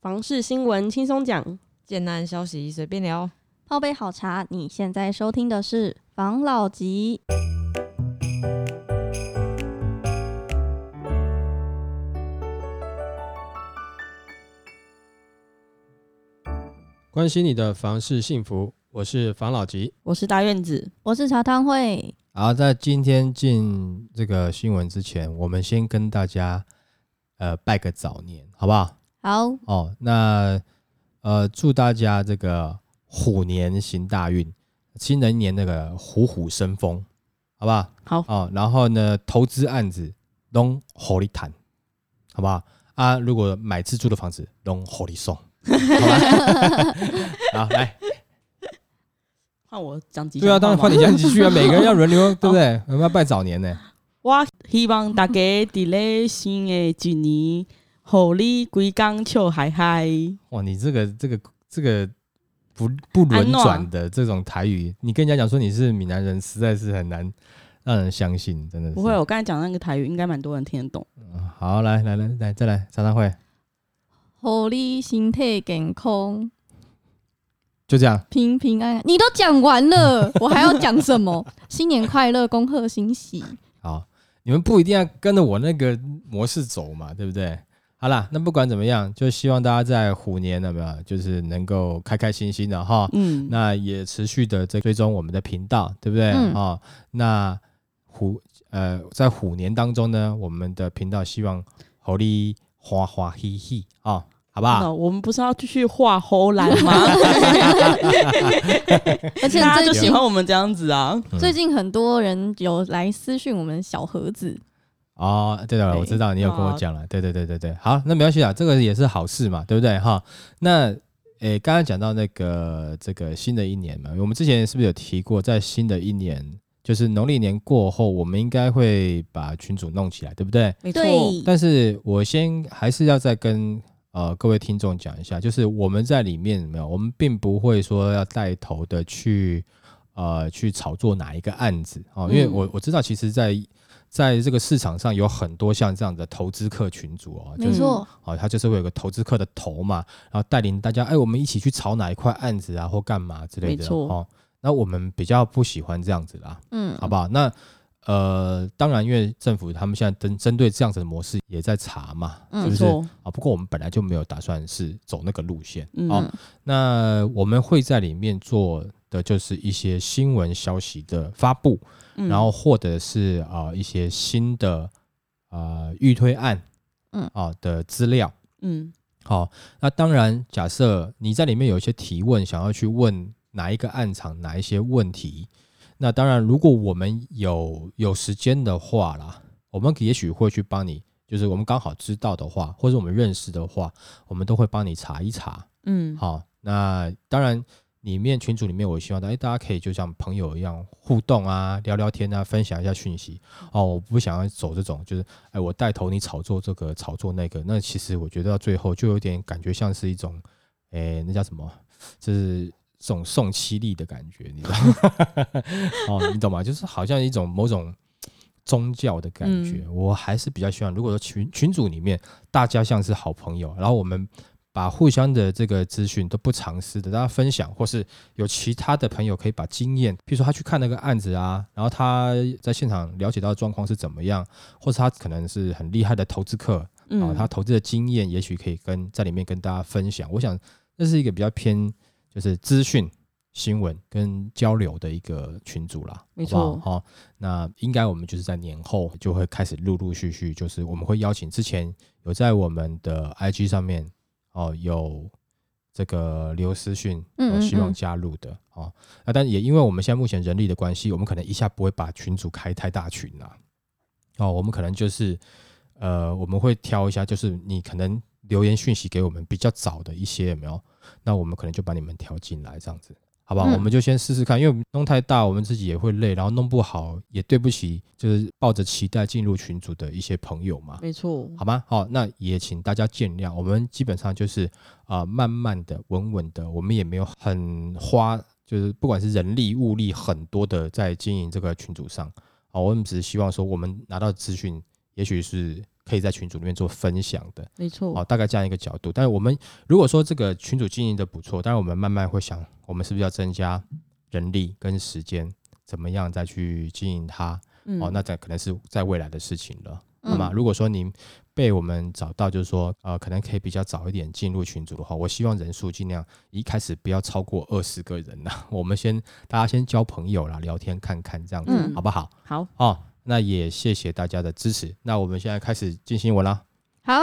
房事新闻轻松讲， 简单消息随便聊， 泡杯好茶。你现在收听的是房老吉。 关心你的房事幸福，我是房老吉， 我是大院子， 我是茶汤会。 好，在今天进这个新闻之前，我们先跟大家拜个早年，好不好？ 好哦，那祝大家这个虎年行大运，新的一年那个虎虎生风，好不好？ 好哦，然后呢，投资案子都好利谈，好不好？啊，如果买自住的房子都好利送，好吧？好，来。 换我讲几句话吗？ 对啊，当然换你讲几句啊，每个人要轮流，对不对？我们要拜早年呢。 我希望大家在咧新的一年，互你规工笑嗨嗨。 哇，你这个不轮转的这种台语，你跟人家讲说你是闽南人，实在是很难让人相信，真的是。 不会，我刚才讲那个台语，应该蛮多人听得懂。 好，来，再来，茶汤会， 互你身体健康， 就这样。 平平安安。你都讲完了，我还要讲什么？新年快乐，恭贺新喜。 好，你们不一定要跟着我那个模式走嘛，对不对？好啦，那不管怎么样，就希望大家在虎年有没有，就是能够开开心心的哈。那也持续的在追踪我们的频道，对不对？那在虎年当中呢，我们的频道希望互你欢欢喜喜啊，好不好？ 我们不是要继续画荷兰吗？ 而且大家就喜欢我们这样子啊。 最近很多人有来私讯我们小盒子。 哦，对了，我知道你有跟我讲了，对，好，那没关系啦，这个也是好事嘛，对不对哈？那刚刚讲到那个这个新的一年嘛，我们之前是不是有提过，在新的一年，就是农历年过后，我们应该会把群组弄起来，对不对？ 没错。 但是我还是要再跟各位听众讲一下，就是我们在里面没有，我们并不会说要带头的去炒作哪一个案子哦，因为我知道其实在这个市场上有很多像这样的投资客群组哦， 没错， 他就是会有个投资客的头嘛，然后带领大家，我们一起去炒哪一块案子啊，或干嘛之类的， 没错哦。那我们比较不喜欢这样子啦，好不好？那当然，因为政府他们现在针对这样子的模式也在查嘛，是不是啊？不过我们本来就没有打算是走那个路线，那我们会在里面做的就是一些新闻消息的发布。然后或者是一些新的预推案的资料，好，那当然假设你在里面有一些提问，想要去问哪一个案场哪一些问题，那当然如果我们有时间的话啦，我们也许会去帮你，就是我们刚好知道的话，或者我们认识的话，我们都会帮你查一查，好，那当然。群组里面，我希望大家可以就像朋友一样互动啊，聊聊天啊，分享一下讯息哦。我不想要走这种，就是我带头你炒作这个，炒作那个。那其实我觉得到最后就有点感觉像是一种，那叫什么？就是这种送妻利的感觉，你知道吗？哦，你懂吗？就是好像一种某种宗教的感觉。我还是比较希望，如果说群组里面大家像是好朋友，然后我们。把互相的这个资讯都不藏私的大家分享，或是有其他的朋友可以把经验，譬如说他去看那个案子啊，然后他在现场了解到的状况是怎么样，或是他可能是很厉害的投资客，他投资的经验也许可以在里面跟大家分享。我想这是一个比较偏就是资讯新闻跟交流的一个群组啦， 没错。 好，那应该我们就是在年后就会开始陆陆续续，就是我们会邀请之前有在我们的 IG 上面。有这个留私讯，希望加入的但也因为我们现在目前人力的关系，我们可能一下不会把群组开太大群啦。我们可能就是我们会挑一下，就是你可能留言讯息给我们比较早的一些有没有？那我们可能就把你们调进来这样子。好不好？我们就先试试看，因为弄太大，我们自己也会累，然后弄不好也对不起，就是抱着期待进入群组的一些朋友嘛。 没错， 好吗？好，那也请大家见谅。我们基本上就是慢慢的、稳稳的，我们也没有很花，就是不管是人力、物力很多的在经营这个群组上。我们只是希望说，我们拿到资讯，也许是可以在群组里面做分享的， 没错， 大概这样一个角度。但是我们如果说这个群组经营的不错，当然我们慢慢会想，我们是不是要增加人力跟时间，怎么样再去经营它？那这可能是在未来的事情了。那么如果说您被我们找到，就是说可能可以比较早一点进入群组的话，我希望人数尽量一开始不要超过20个人啦，我们大家先交朋友啦，聊天看看这样子，好不好？ 好那也谢谢大家的支持。那我们现在开始进新闻啦。 好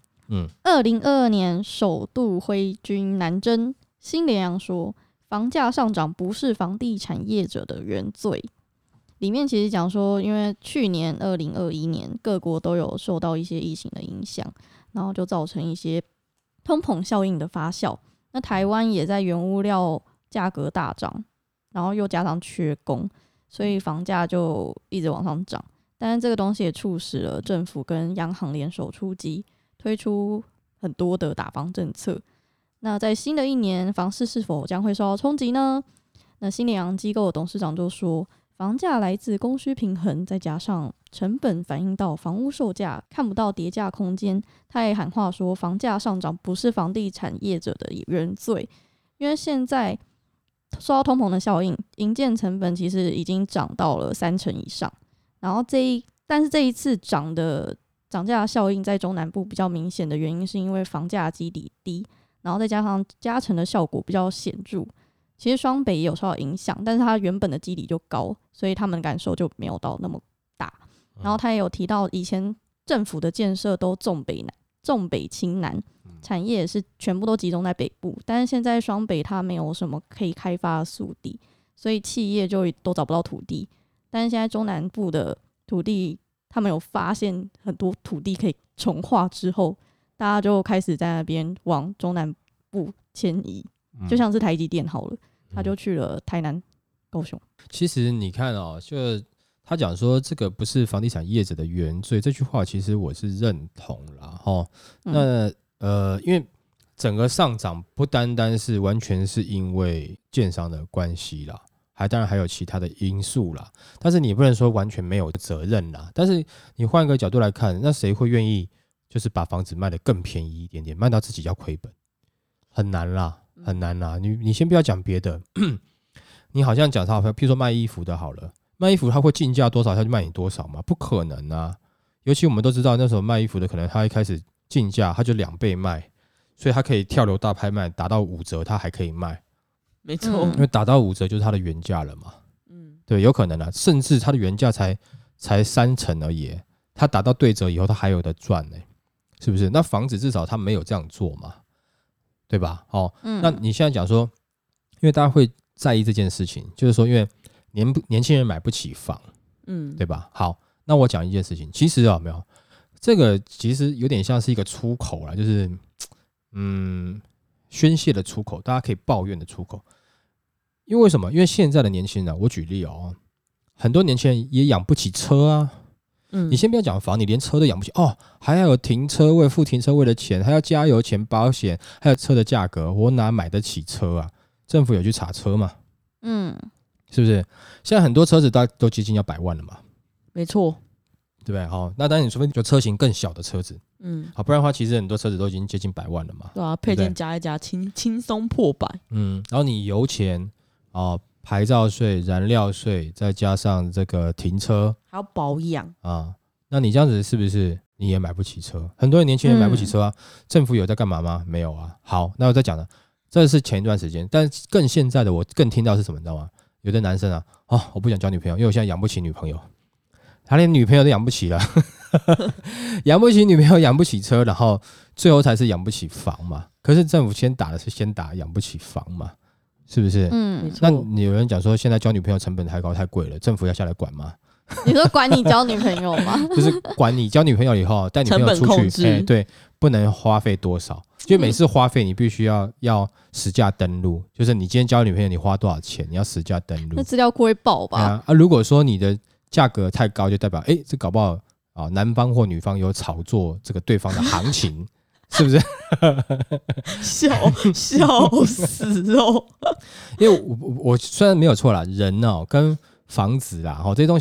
，2022年首度挥军南征，新联阳说房价上涨不是房地产业者的原罪。里面其实讲说，因为去年2021年各国都有受到一些疫情的影响，然后就造成一些通膨效应的发酵。那台湾也在原物料价格大涨，然后又加上缺工，所以房价就一直往上涨。但是这个东西也促使了政府跟央行联手出击，推出很多的打房政策。那在新的一年，房市是否将会受到冲击呢？那新联阳机构的董事长就说，房价来自供需平衡，再加上成本反映到房屋售价，看不到跌价空间。他也喊话说，房价上涨不是房地产业者的原罪，因为现在受到通膨的效应，营建成本其实已经涨到了30%以上。然后但是这一次涨价效应在中南部比较明显的原因，是因为房价基底低，然后再加上加成的效果比较显著。其实双北也有受到影响，但是它原本的基底就高，所以他们感受就没有到那么大。然后他也有提到，以前政府的建设都重北轻南，产业也是全部都集中在北部，但是现在双北它没有什么可以开发的速地，所以企业就都找不到土地。但是现在中南部的土地，他们有发现很多土地可以重划之后，大家就开始在那边往中南部迁移，就像是台积电好了，他就去了台南、高雄。 其实你看就他讲说这个不是房地产业者的原罪，这句话其实我是认同啦。那因为整个上涨不单单是完全是因为建商的关系啦，当然还有其他的因素啦，但是你不能说完全没有责任啦。但是你换一个角度来看，那谁会愿意就是把房子卖得更便宜一点点，卖到自己要亏本？很难啦，很难啦。你先不要讲别的，你好像讲譬如说卖衣服的好了，卖衣服他会进价多少他就卖你多少吗？不可能啊！尤其我们都知道那时候卖衣服的，可能他一开始进价他就2倍卖，所以他可以跳楼大拍卖，打到5折他还可以卖。 没错， 因为打到5折就是它的原价了嘛。对，有可能啊，甚至它的原价才3成而已，它打到对折以后，它还有的赚呢，是不是？那房子至少它没有这样做嘛，对吧？那你现在讲说，因为大家会在意这件事情，就是说，因为年轻人买不起房，对吧？好，那我讲一件事情，其实没有这个，其实有点像是一个出口啦，就是宣泄的出口，大家可以抱怨的出口。因为为什么？因为现在的年轻人我举例很多年轻人也养不起车啊。你先不要讲房，你连车都养不起还要有停车位、付停车位的钱，还要加油钱、保险，还有车的价格，我哪买得起车啊？政府有去查车嘛？是不是？现在很多车子都接近要100万了嘛？ 没错， 对不对？那当然，你除非有车型更小的车子，不然的话，其实很多车子都已经接近100万了嘛。 对啊，配件加一加，轻松破100。 然后你油钱牌照税、燃料税，再加上这个停车， 还要保养那你这样子是不是你也买不起车？很多人年轻人买不起车啊，政府有在干嘛吗？没有啊。好，那我再讲了，这是前一段时间，但更现在的我更听到是什么，你知道吗？有的男生我不想交女朋友，因为我现在养不起女朋友，他连女朋友都养不起了，养不起女朋友，养不起车，然后最后才是养不起房嘛。可是政府先打养不起房嘛。是不是？那你有人讲说，现在交女朋友成本太高太贵了，政府要下来管吗？ 你说管你交女朋友吗？ 就是管你交女朋友以后，带女朋友出去，对，不能花费多少，就每次花费你必须要实价登录，就是你今天交女朋友你花多少钱，你要实价登录。 那资料库会爆吧？ 如果说你的价格太高，就代表这搞不好男方或女方有炒作这个对方的行情。是不是？ 笑死因为我虽然没有错啦，人跟房子啦，这些东西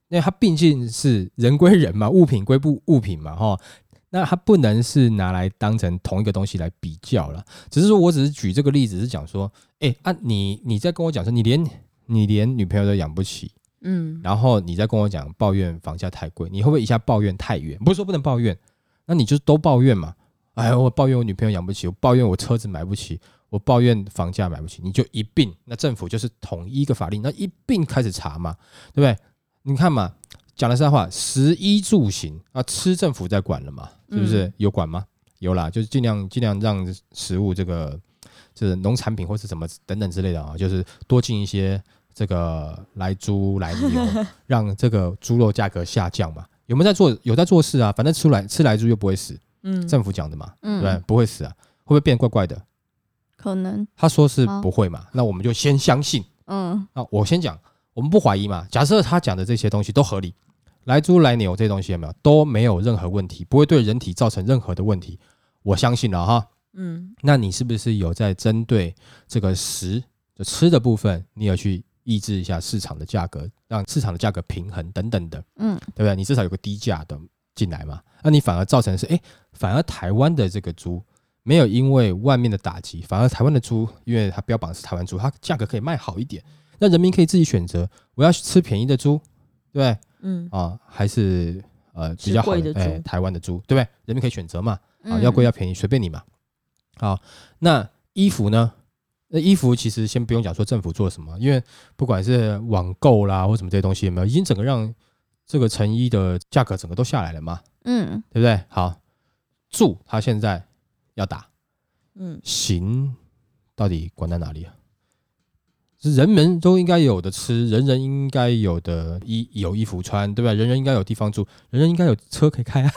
因为它毕竟是人归人嘛，物品归物品嘛，那它不能是拿来当成同一个东西来比较了。只是说我只是举这个例子，是讲说，你在跟我讲说你连女朋友都养不起，然后你再跟我讲抱怨房价太贵，你会不会一下抱怨太远？不是说不能抱怨，那你就都抱怨嘛。我抱怨我女朋友养不起，我抱怨我车子买不起，我抱怨房价买不起，你就一并，那政府就是统一一个法令，那一并开始查嘛，对不对？你看嘛，讲的实在话，食衣住行啊，吃政府在管了嘛，是不是？有管吗？有啦，就是尽量让食物这个农产品或是什么等等之类的啊，就是多进一些这个来猪来牛，让这个猪肉价格下降嘛。有没有在做？有在做事啊，反正吃来猪又不会死，政府讲的嘛，对不对？不会死啊，会不会变怪怪的？ 可能。 他说是不会嘛，那我们就先相信。那我先讲。我们不怀疑嘛？假设他讲的这些东西都合理，来猪来牛这些东西有没有都没有任何问题，不会对人体造成任何的问题，我相信了哈。那你是不是有在针对这个吃的部分，你有去抑制一下市场的价格，让市场的价格平衡等等的，对不对？你至少有个低价的进来嘛，那你反而造成是，反而台湾的这个猪没有因为外面的打击，反而台湾的猪，因为它标榜是台湾猪，它价格可以卖好一点。那人民可以自己选择，我要吃便宜的猪，对不对？还是比较好的台湾的猪，对不对？人民可以选择嘛，要贵要便宜随便你嘛。好，那衣服呢？那衣服其实先不用讲说政府做什么，因为不管是网购啦或什么这些东西有没有，已经整个让这个成衣的价格整个都下来了嘛，对不对？好，住它现在要打，行到底管在哪里啊？是人们都应该有的吃，人人应该有的有衣服穿，对吧？人人应该有地方住，人人应该有车可以开啊，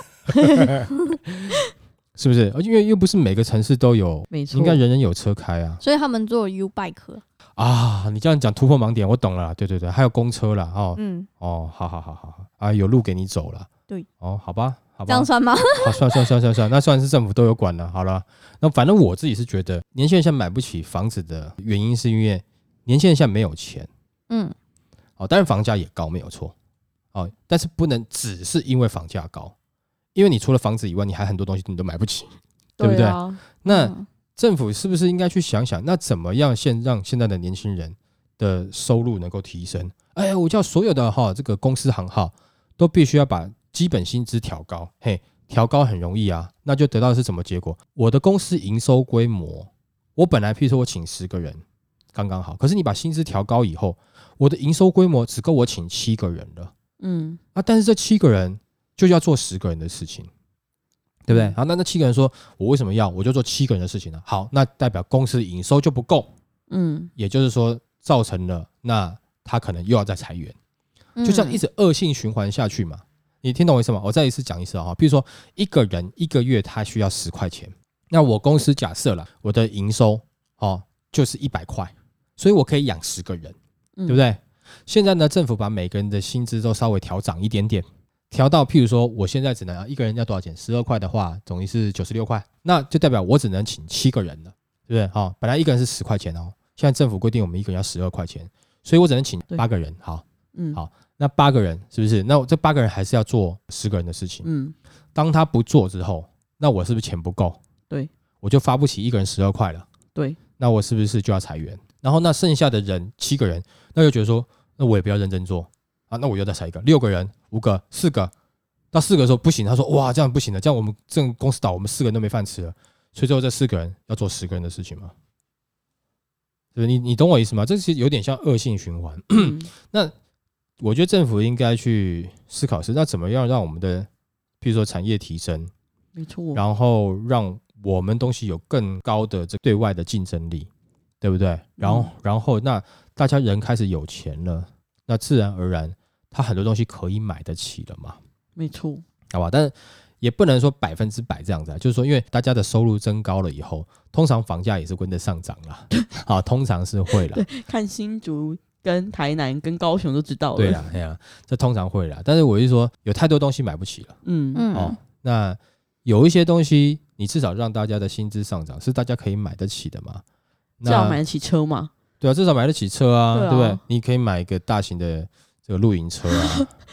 是不是？因为又不是每个城市都有，应该人人有车开啊。 所以他们做 U-Bike 啊，你这样讲突破盲点，我懂了啦。对对对，还有公车啦，好啊，有路给你走了。 对， 好吧， 这样算吗？ 好，算，那算是政府都有管了。好了，那反正我自己是觉得，年轻人现在买不起房子的原因是因为年轻人现在没有钱，当然房价也高没有错，但是不能只是因为房价高，因为你除了房子以外，你还很多东西你都买不起，对不对？那政府是不是应该去想想，那怎么样让现在的年轻人的收入能够提升？我叫所有的这个公司行号都必须要把基本薪资调高，调高很容易啊，那就得到的是什么结果？我的公司营收规模，我本来譬如说我请10个人。刚刚好，可是你把薪资调高以后，我的营收规模只够我请7个人了，但是这7个人就要做10个人的事情，对不对？好，那7个人说，我为什么要？我就做7个人的事情呢？好，那代表公司营收就不够，也就是说造成了，那他可能又要再裁员，就这样一直恶性循环下去嘛。你听懂我意思吗？我再一次讲一次啊，比如说一个人1个月他需要10块钱，那我公司假设了我的营收就是100块。所以我可以养10个人，对不对？现在呢，政府把每个人的薪资都稍微调涨一点点，调到譬如说，我现在只能一个人要多少钱？12块的话，总计是96块，那就代表我只能请7个人了，对不对？本来一个人是10块钱现在政府规定我们一个人要12块钱，所以我只能请8个人。好，那8个人是不是？那我这8个人还是要做10个人的事情。当他不做之后，那我是不是钱不够？ 对， 我就发不起一个人12块了。 对， 那我是不是就要裁员？然后那剩下的人7个人，那就觉得说，那我也不要认真做啊，那我又再裁一个，6个人、5个、4个，到4个的时候不行，他说哇这样不行了，这样我们这个公司倒，我们4个人都没饭吃了，所以最后这4个人要做10个人的事情嘛，对不对？你懂我意思吗？这是有点像恶性循环。那我觉得政府应该去思考是，那怎么样让我们的，譬如说产业提升， 没错， 然后让我们东西有更高的这对外的竞争力。对不对？然后那大家人开始有钱了，那自然而然他很多东西可以买得起了嘛。 没错， 好吧？但是也不能说100%这样子就是说因为大家的收入增高了以后，通常房价也是跟着上涨啦。通常是会啦。 看新竹跟台南跟高雄就知道了。 对啦，这通常会啦。但是我是说有太多东西买不起了。那有一些东西你至少让大家的薪资上涨，是大家可以买得起的嘛。 至少买得起车嘛？ 对啊，至少买得起车啊，对不对？你可以买一个大型的这个露营车啊，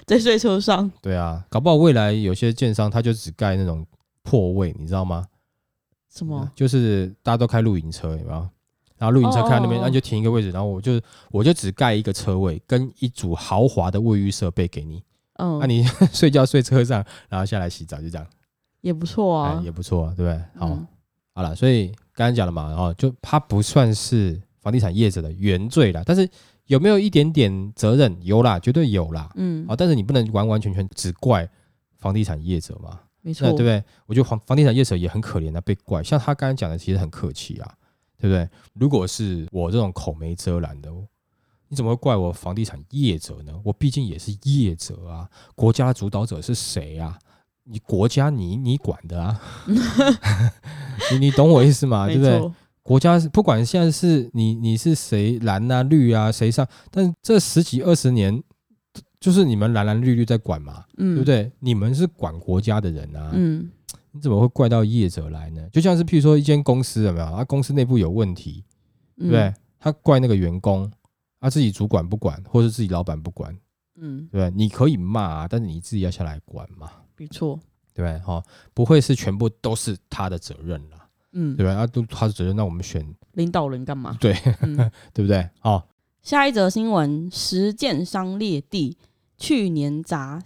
在睡车上。 对啊，搞不好未来有些建商他就只盖那种破位，你知道吗？ 什么？ 就是大家都开露营车，有没有？然后露营车开在那边，那就停一个位置，然后我就只盖一个车位，跟一组豪华的卫浴设备给你。那你睡觉睡车上，然后下来洗澡，就这样， 也不错啊， 也不错啊，对不对？好了，所以刚才讲了嘛，就它不算是房地产业者的原罪啦，但是有没有一点点责任？有啦，绝对有啦。但是你不能完完全全只怪房地产业者嘛， 没错， 对不对？我觉得房地产业者也很可怜啊，被怪。像他刚才讲的，其实很客气啊，对不对？如果是我这种口没遮拦的，你怎么会怪我房地产业者呢？我毕竟也是业者啊，国家主导者是谁啊？你国家你管的啊，你懂我意思吗？对不对？国家不管现在是你是谁蓝啊绿啊谁上，但这十几20年就是你们蓝蓝绿绿在管嘛，对不对？你们是管国家的人啊，你怎么会怪到业者来呢？就像是譬如说一间公司有没有，他公司内部有问题，对不对？他怪那个员工，他自己主管不管，或是自己老板不管，对不对？你可以骂啊，但是你自己要下来管嘛， 没错， 对不对？不会是全部都是他的责任啦。对不对？都他的责任，那我们选领导人干嘛？ 对，对不对？ 下一则新闻：10建商列地，去年砸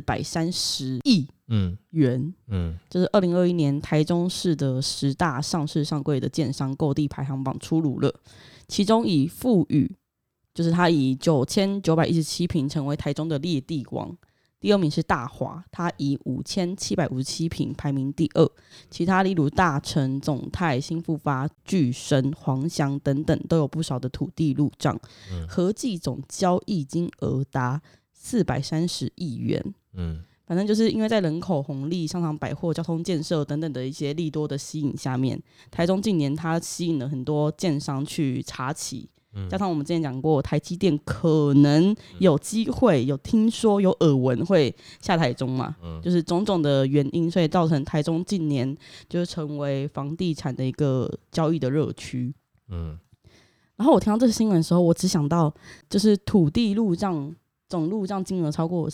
430亿元。就是2021年台中市的10大上市上柜的建商购地排行榜出炉了，其中以富宇，就是他以9917坪成为台中的列地王。第2名是大华，他以5757坪排名第2，其他例如大成、总泰、新复发、巨生、黄翔等等都有不少的土地入账，合计总交易金额达430亿元。反正就是因为在人口红利、商场百货、交通建设等等的一些利多的吸引下面，台中近年它吸引了很多建商去插旗。加上我们之前讲过，台积电可能有机会、有听说、有耳闻会下台中嘛，就是种种的原因，所以造成台中近年就是成为房地产的一个交易的热区。然后我听到这个新闻的时候，我只想到就是土地入账总入账金额超过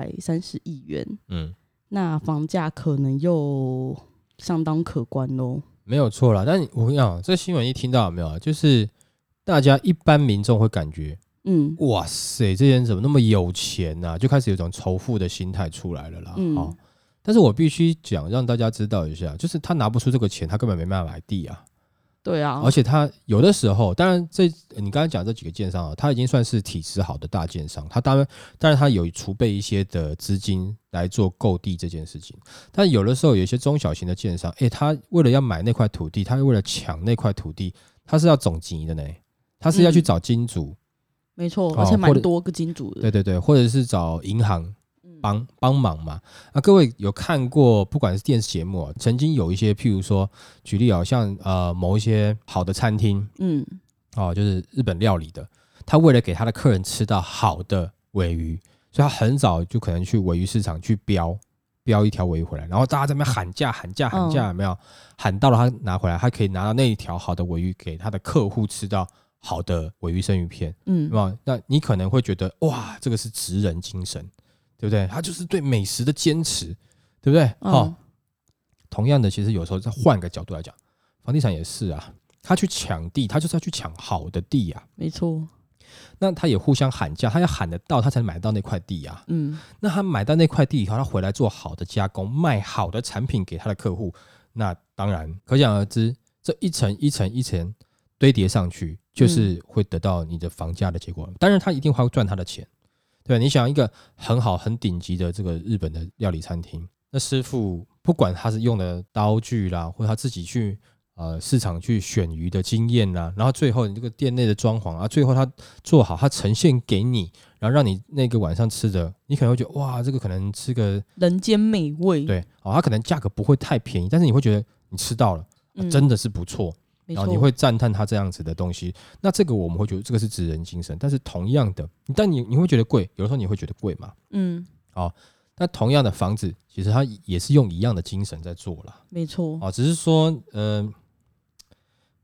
430亿元，那房价可能又相当可观咯。 没有错啦，但我跟你讲，这新闻一听到有没有，就是大家一般民众会感觉，哇塞，这些人怎么那么有钱啊，就开始有一种仇富的心态出来了啦。但是我必须讲，让大家知道一下，就是他拿不出这个钱，他根本没办法买地啊。 对啊， 而且他有的时候，当然你刚才讲这几个建商他已经算是体质好的大建商，他当然他有储备一些的资金来做购地这件事情。但有的时候有一些中小型的建商，他为了要买那块土地，他为了抢那块土地，他是要总集的呢，他是要去找金主， 没错，而且蛮多个金主的， 对，或者是找银行帮忙嘛。各位有看过不管是电视节目曾经有一些譬如说举例像某一些好的餐厅就是日本料理的，他为了给他的客人吃到好的鲔鱼，所以他很早就可能去鲔鱼市场去标一条鲔鱼回来，然后大家在那边喊价有没有喊到了他拿回来，他可以拿到那一条好的鲔鱼给他的客户吃到好的鲔鱼生鱼片。那你可能会觉得哇，这个是职人精神，对不对？他就是对美食的坚持，对不对？同样的，其实有时候再换个角度来讲，房地产也是啊，他去抢地，他就是要去抢好的地啊， 没错。 那他也互相喊价，他要喊得到，他才能买到那块地啊。那他买到那块地以后，他回来做好的加工，卖好的产品给他的客户，那当然可想而知，这一层一层一层堆叠上去，就是会得到你的房价的结果。当然，他一定会赚他的钱。对，你想一个很好很顶级的这个日本的料理餐厅，那师傅不管他是用的刀具啦，或者他自己去市场去选鱼的经验啦，然后最后你这个店内的装潢最后他做好，他呈现给你，然后让你那个晚上吃的，你可能会觉得哇，这个可能吃个人间美味。 对，他可能价格不会太便宜，但是你会觉得你吃到了，真的是不错。然后你会赞叹他这样子的东西，那这个我们会觉得这个是职人精神。但是同样的，但你会觉得贵，有的时候你会觉得贵嘛，那同样的房子，其实它也是用一样的精神在做啦， 没错。 只是说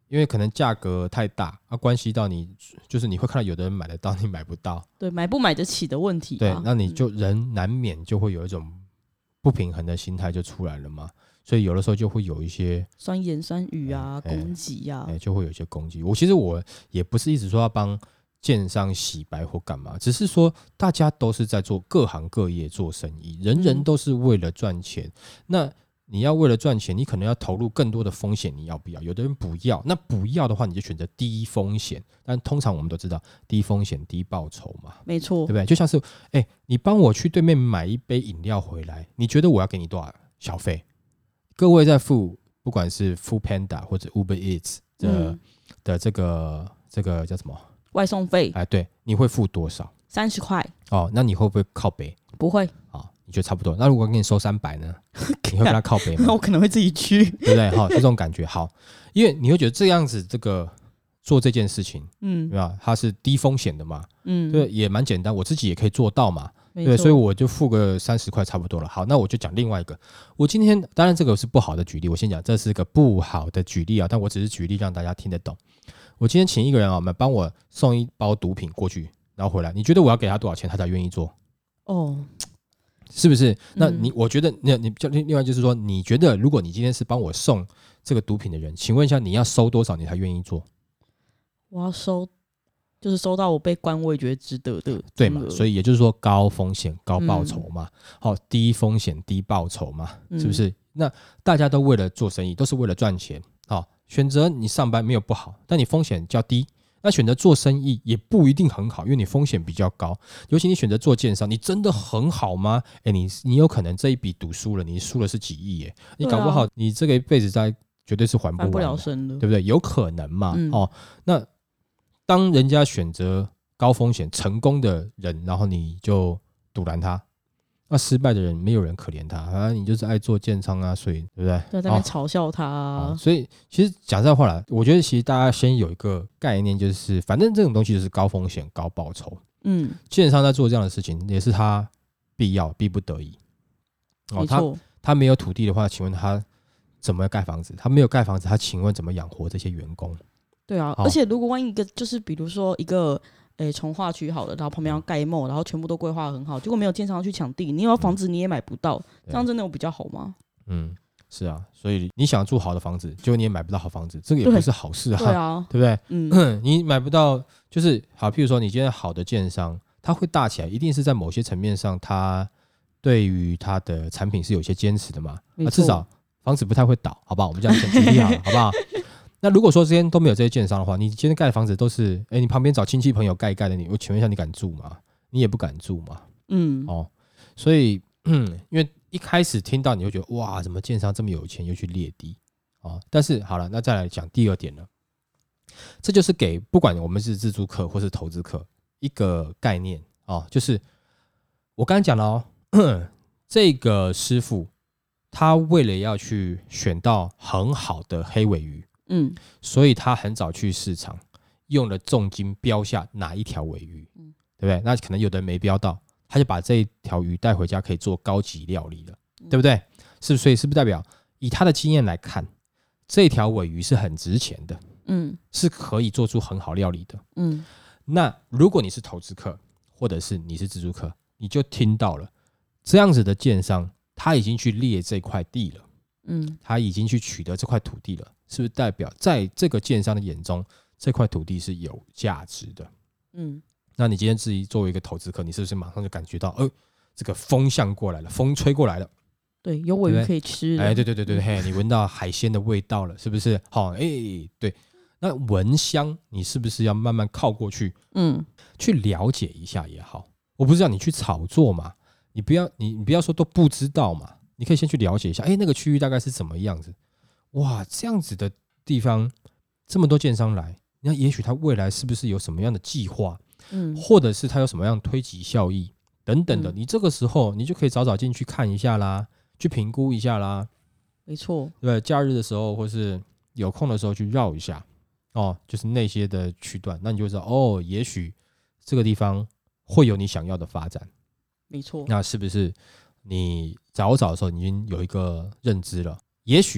因为可能价格太大关系到你，就是你会看到有的人买得到，你买不到， 对，买不买得起的问题。 对，那你就人难免就会有一种不平衡的心态就出来了嘛。所以有的时候就会有一些酸言酸语啊，攻击啊， 就会有一些攻击。其实我也不是一直说要帮建商洗白或干嘛，只是说大家都是在做各行各业做生意，人人都是为了赚钱。那你要为了赚钱，你可能要投入更多的风险，你要不要？有的人不要，那不要的话，你就选择低风险。但通常我们都知道，低风险低报酬嘛， 没错， 对不对？就像是，你帮我去对面买一杯饮料回来，你觉得我要给你多少小费？各位在付，不管是 Foodpanda 或者 Uber Eats 的这个叫什么外送费？ 对，你会付多少 ？30块。 那你会不会靠北？ 不会。 你觉得差不多？那如果给你收300呢？你会跟他靠北吗？ 那我可能会自己去， 对不对？这种感觉好，因为你会觉得这样子做这件事情，对吧？它是低风险的嘛，对，也蛮简单，我自己也可以做到嘛，对，所以我就付个30块差不多了。好，那我就讲另外一个。我今天当然这个是不好的举例，我先讲这是个不好的举例但我只是举例让大家听得懂。我今天请一个人帮我送一包毒品过去，然后回来，你觉得我要给他多少钱他才愿意做？是不是？那我觉得你另外就是说，你觉得如果你今天是帮我送这个毒品的人，请问一下你要收多少你才愿意做？ 我要收，就是收到我被关我也觉得值得的， 对嘛？所以也就是说高风险高报酬嘛，低风险低报酬嘛，是不是？那大家都为了做生意，都是为了赚钱，选择你上班没有不好，但你风险较低。那选择做生意也不一定很好，因为你风险比较高。尤其你选择做建商，你真的很好吗？你有可能这一笔赌输了，你输了是几亿耶，你搞不好你这个一辈子绝对是还不了身的， 对不对？有可能嘛？那当人家选择高风险成功的人，然后你就阻拦他。那失败的人没有人可怜他你就是爱做建商所以对不对？ 在那边嘲笑他所以其实讲实在话啦，我觉得其实大家先有一个概念，就是反正这种东西就是高风险高报酬。建商在做这样的事情也是他必要逼不得已。 没错， 他没有土地的话，请问他怎么盖房子？他没有盖房子，他请问怎么养活这些员工？ 对啊，而且如果万一一个就是比如说一个从化区好了，然后旁边要盖梦，然后全部都规划很好，结果没有建商去抢地，你有房子你也买不到，这样真的有比较好吗？ 是啊，所以你想住好的房子，结果你也买不到好房子，这个也不是好事啊， 对啊， 对不对？你买不到，就是好，譬如说你今天好的建商，他会大起来，一定是在某些层面上，他对于他的产品是有些坚持的嘛，至少房子不太会倒，好不好？我们这样举例好了，好不好？那如果说今天都没有这些建商的话，你今天盖的房子都是，你旁边找亲戚朋友盖一盖的，我请问一下，你敢住吗？你也不敢住嘛。所以因为一开始听到你会觉得哇，怎么建商这么有钱又去裂地但是好了，那再来讲第二点了，这就是给不管我们是自住客或是投资客一个概念就是我刚才讲了这个师傅他为了要去选到很好的黑鮪鱼。所以他很早去市场用了重金标下哪一条鮪鱼，对不对？那可能有的人没标到，他就把这一条鱼带回家可以做高级料理了，对不对？所以是不是代表以他的经验来看，这条鮪鱼是很值钱的，是可以做出很好料理的，那如果你是投资客或者是你是自住客，你就听到了这样子的建商他已经去猎这块地了，他已经去取得这块土地了，是不是代表在这个建商的眼中，这块土地是有价值的？那你今天自己作为一个投资客，你是不是马上就感觉到，这个风向过来了，风吹过来了？ 对，有鮪鱼可以吃了。 对，你闻到海鲜的味道了，是不是？对，那闻香，你是不是要慢慢靠过去？去了解一下也好。我不是让你去炒作嘛，你不要说都不知道嘛。你可以先去了解一下，那个区域大概是怎么样子？哇，这样子的地方，这么多建商来，那也许他未来是不是有什么样的计划？或者是他有什么样的推挤效益等等的，你这个时候你就可以早进去看一下啦，去评估一下啦。 没错， 对，假日的时候或是有空的时候去绕一下，就是那些的区段，那你就知道也许这个地方会有你想要的发展。 没错， 那是不是你早的时候已经有一个认知了？也许啦，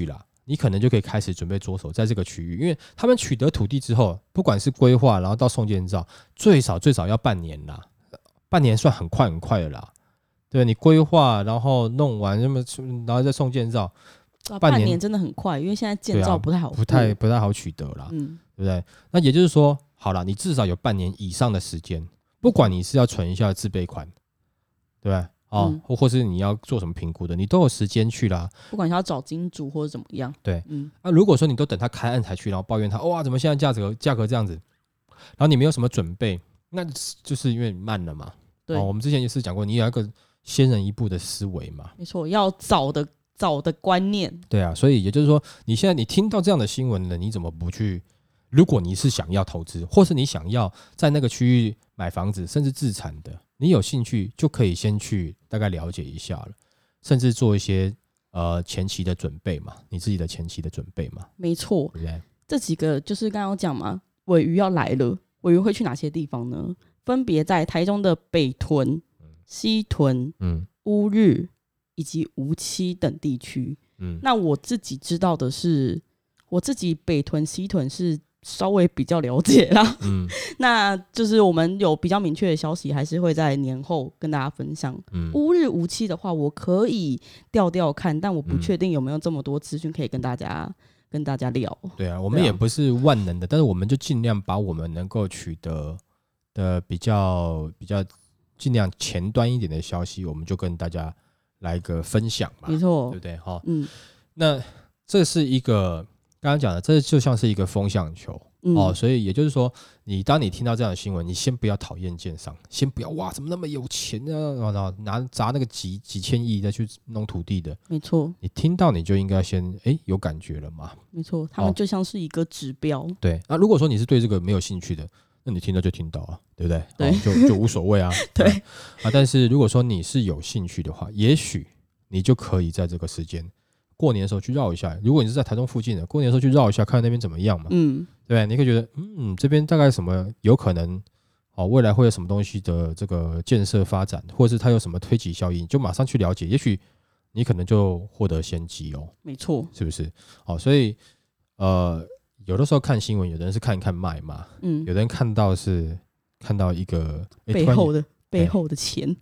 你可能就可以开始准备着手在这个区域，因为他们取得土地之后，不管是规划，然后到送建造，最少要半年啦，半年算很快的啦。对，你规划然后弄完，然后再送建造， 半年真的很快，因为现在建造不太好， 不太好取得啦，对不对？那也就是说，好了，你至少有半年以上的时间，不管你是要存一下自备款，对不对？或是你要做什么评估的，你都有时间去啦。 不管是要找金主或者怎么样， 对，如果说你都等他开案才去，然后抱怨他，哇，怎么现在价格这样子，然后你没有什么准备，那就是因为你慢了嘛。对，我们之前也是讲过，你有一个先人一步的思维嘛。 没错，要早的观念。 对啊，所以也就是说，现在你听到这样的新闻了，你怎么不去？如果你是想要投资，或是你想要在那个区域买房子，甚至自产的，你有兴趣就可以先去大概了解一下了，甚至做一些前期的准备嘛，你自己的前期的准备嘛。 没错， 对不对？ 这几个就是刚刚讲嘛，鮪鱼要来了，鮪鱼会去哪些地方呢？分别在台中的北屯、西屯、乌日以及梧栖等地区。那我自己知道的是，我自己北屯、西屯是稍微比较了解啦，那就是我们有比较明确的消息，还是会在年后跟大家分享。乌日、梧栖的话，我可以调看，但我不确定有没有这么多资讯可以跟大家聊。 对啊，我们也不是万能的，但是我们就尽量把我们能够取得的比较尽量前端一点的消息，我们就跟大家来个分享嘛。 没错， 对不对？那这是一个。刚刚讲的，这就像是一个风向球所以也就是说，当你听到这样的新闻，你先不要讨厌建商，先不要哇怎么那么有钱啊，然后砸那个几千亿再去弄土地的， 没错。 你听到你就应该先有感觉了嘛， 没错，他们就像是一个指标。 对，那如果说你是对这个没有兴趣的，那你听到就听到了，对不对？ 对， 就无所谓啊。 对但是如果说你是有兴趣的话，也许你就可以在这个时间。过年的时候去绕一下，如果你是在台中附近的，过年的时候去绕一下，看那边怎么样嘛？对，你可以觉得，这边大概什么有可能，未来会有什么东西的这个建设发展，或者是它有什么推挤效应，就马上去了解，也许你可能就获得先机哦。 没错， 是不是？所以有的时候看新闻，有的人是看一看卖嘛，有的人看到一个背后的钱。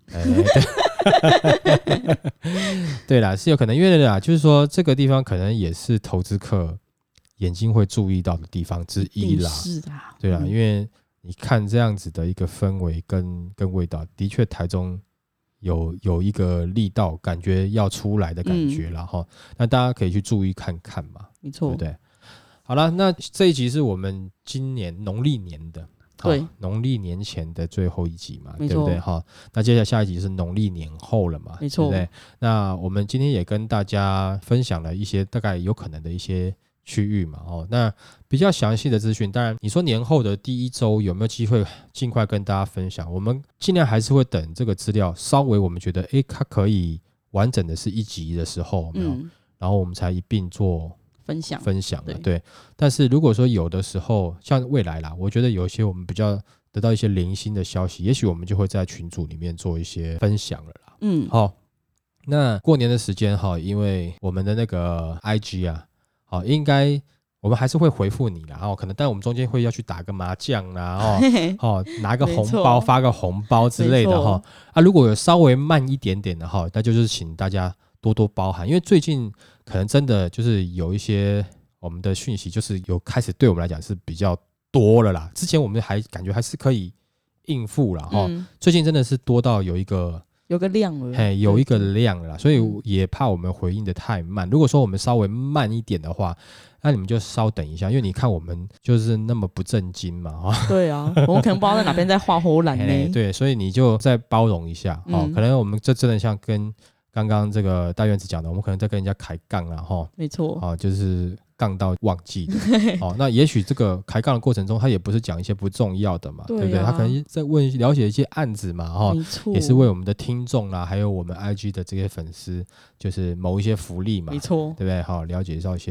对啦，是有可能，因为啦，就是说这个地方可能也是投资客眼睛会注意到的地方之一啦。 是啊， 对啦，因为你看这样子的一个氛围跟味道，的确台中有一个力道，感觉要出来的感觉啦齁。那大家可以去注意看看嘛， 没错， 对不对？好了，那这一集是我们今年农历年的。对，农历年前的最后一集嘛，对不对？那接下来一集是农历年后了嘛， 没错， 对不对？那我们今天也跟大家分享了一些大概有可能的一些区域嘛，那比较详细的资讯，当然你说年后的第一周有没有机会尽快跟大家分享？我们尽量还是会等这个资料稍微我们觉得它可以完整的是一集的时候，有没有？然后我们才一并做。分享的，对。但是如果说有的时候像未来啦，我觉得有一些我们比较得到一些零星的消息，也许我们就会在群组里面做一些分享了啦。好，那过年的时间因为我们的那个 IG 啊，应该我们还是会回复你啦，可能但我们中间会要去打个麻将啦，拿个红包发个红包之类的如果有稍微慢一点点的那就是请大家多多包涵，因为最近可能真的就是有一些我们的讯息就是有开始对我们来讲是比较多了啦，之前我们还感觉还是可以应付啦最近真的是多到有一个量了， 有一个量了啦，所以也怕我们回应的太慢，如果说我们稍微慢一点的话，那你们就稍等一下，因为你看我们就是那么不正经嘛对啊，我们可能不知道在哪边在画虎烂呢对，所以你就再包容一下可能我们这真的像跟刚刚这个大院子讲的，我们可能在跟人家开杠啦没错就是杠到忘记的那也许这个开杠的过程中，他也不是讲一些不重要的嘛，对不对？他可能在了解一些案子嘛也是为我们的听众啦，还有我们 IG 的这些粉丝，就是谋一些福利嘛， 没错， 对不对？了解到一些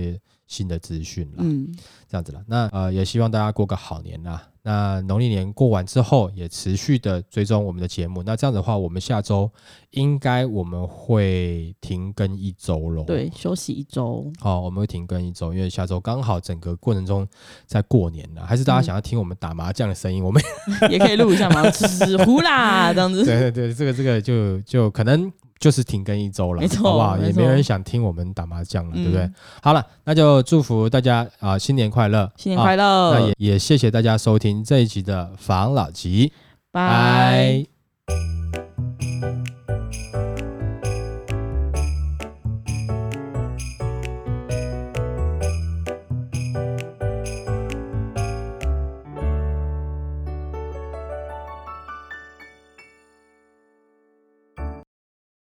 新的资讯啦，这样子啦。那也希望大家过个好年啦。那农历年过完之后，也持续的追踪我们的节目。那这样的话，我们下周应该我们会停更1周咯。 对，休息1周。 好，我们会停更1周，因为下周刚好整个过程中在过年了。还是大家想要听我们打麻将的声音，我们也可以录一下嘛，吃呼啦这样子。 对对对，这个就可能就是停更1周了， 没错， 好不好？也没人想听我们打麻将了，对不对？好了，那就祝福大家新年快乐， 新年快乐！ 那也谢谢大家收听这一集的防老集，拜。